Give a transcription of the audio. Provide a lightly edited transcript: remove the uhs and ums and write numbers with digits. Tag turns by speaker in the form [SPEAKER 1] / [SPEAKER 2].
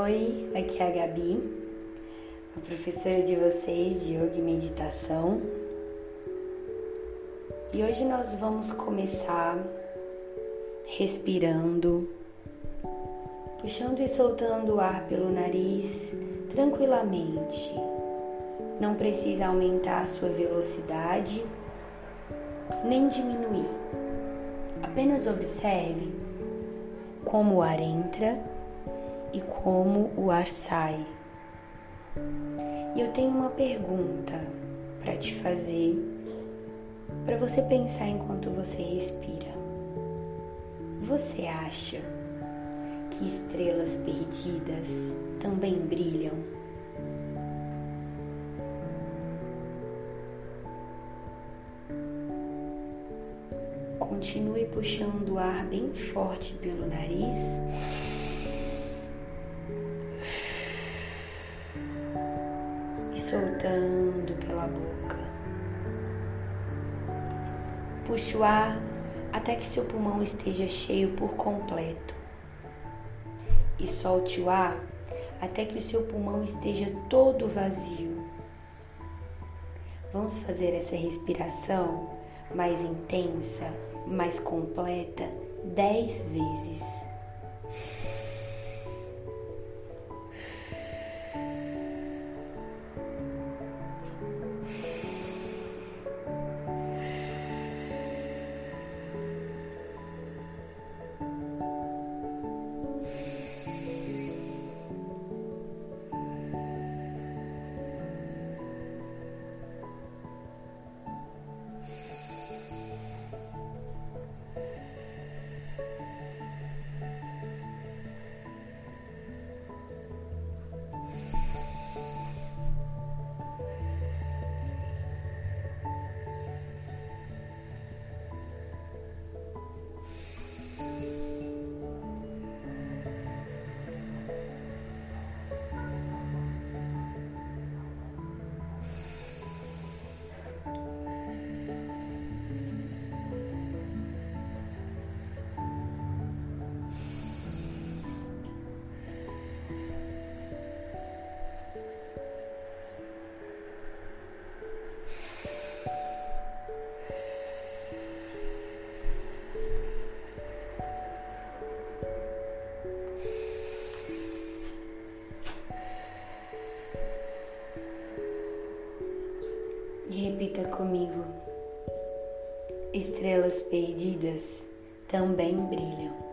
[SPEAKER 1] Oi, aqui é a Gabi, a professora de vocês de Yoga e Meditação. E hoje nós vamos começar respirando, puxando e soltando o ar pelo nariz tranquilamente. Não precisa aumentar a sua velocidade, nem diminuir. Apenas observe como o ar entra e como o ar sai. E eu tenho uma pergunta para te fazer, para você pensar enquanto você respira. Você acha que estrelas perdidas também brilham? Continue puxando o ar bem forte pelo nariz. E soltando pela boca. Puxe o ar até que seu pulmão esteja cheio por completo. E solte o ar até que o seu pulmão esteja todo vazio. Vamos fazer essa respiração mais intensa, mais completa, 10 vezes. E repita comigo: estrelas perdidas também brilham.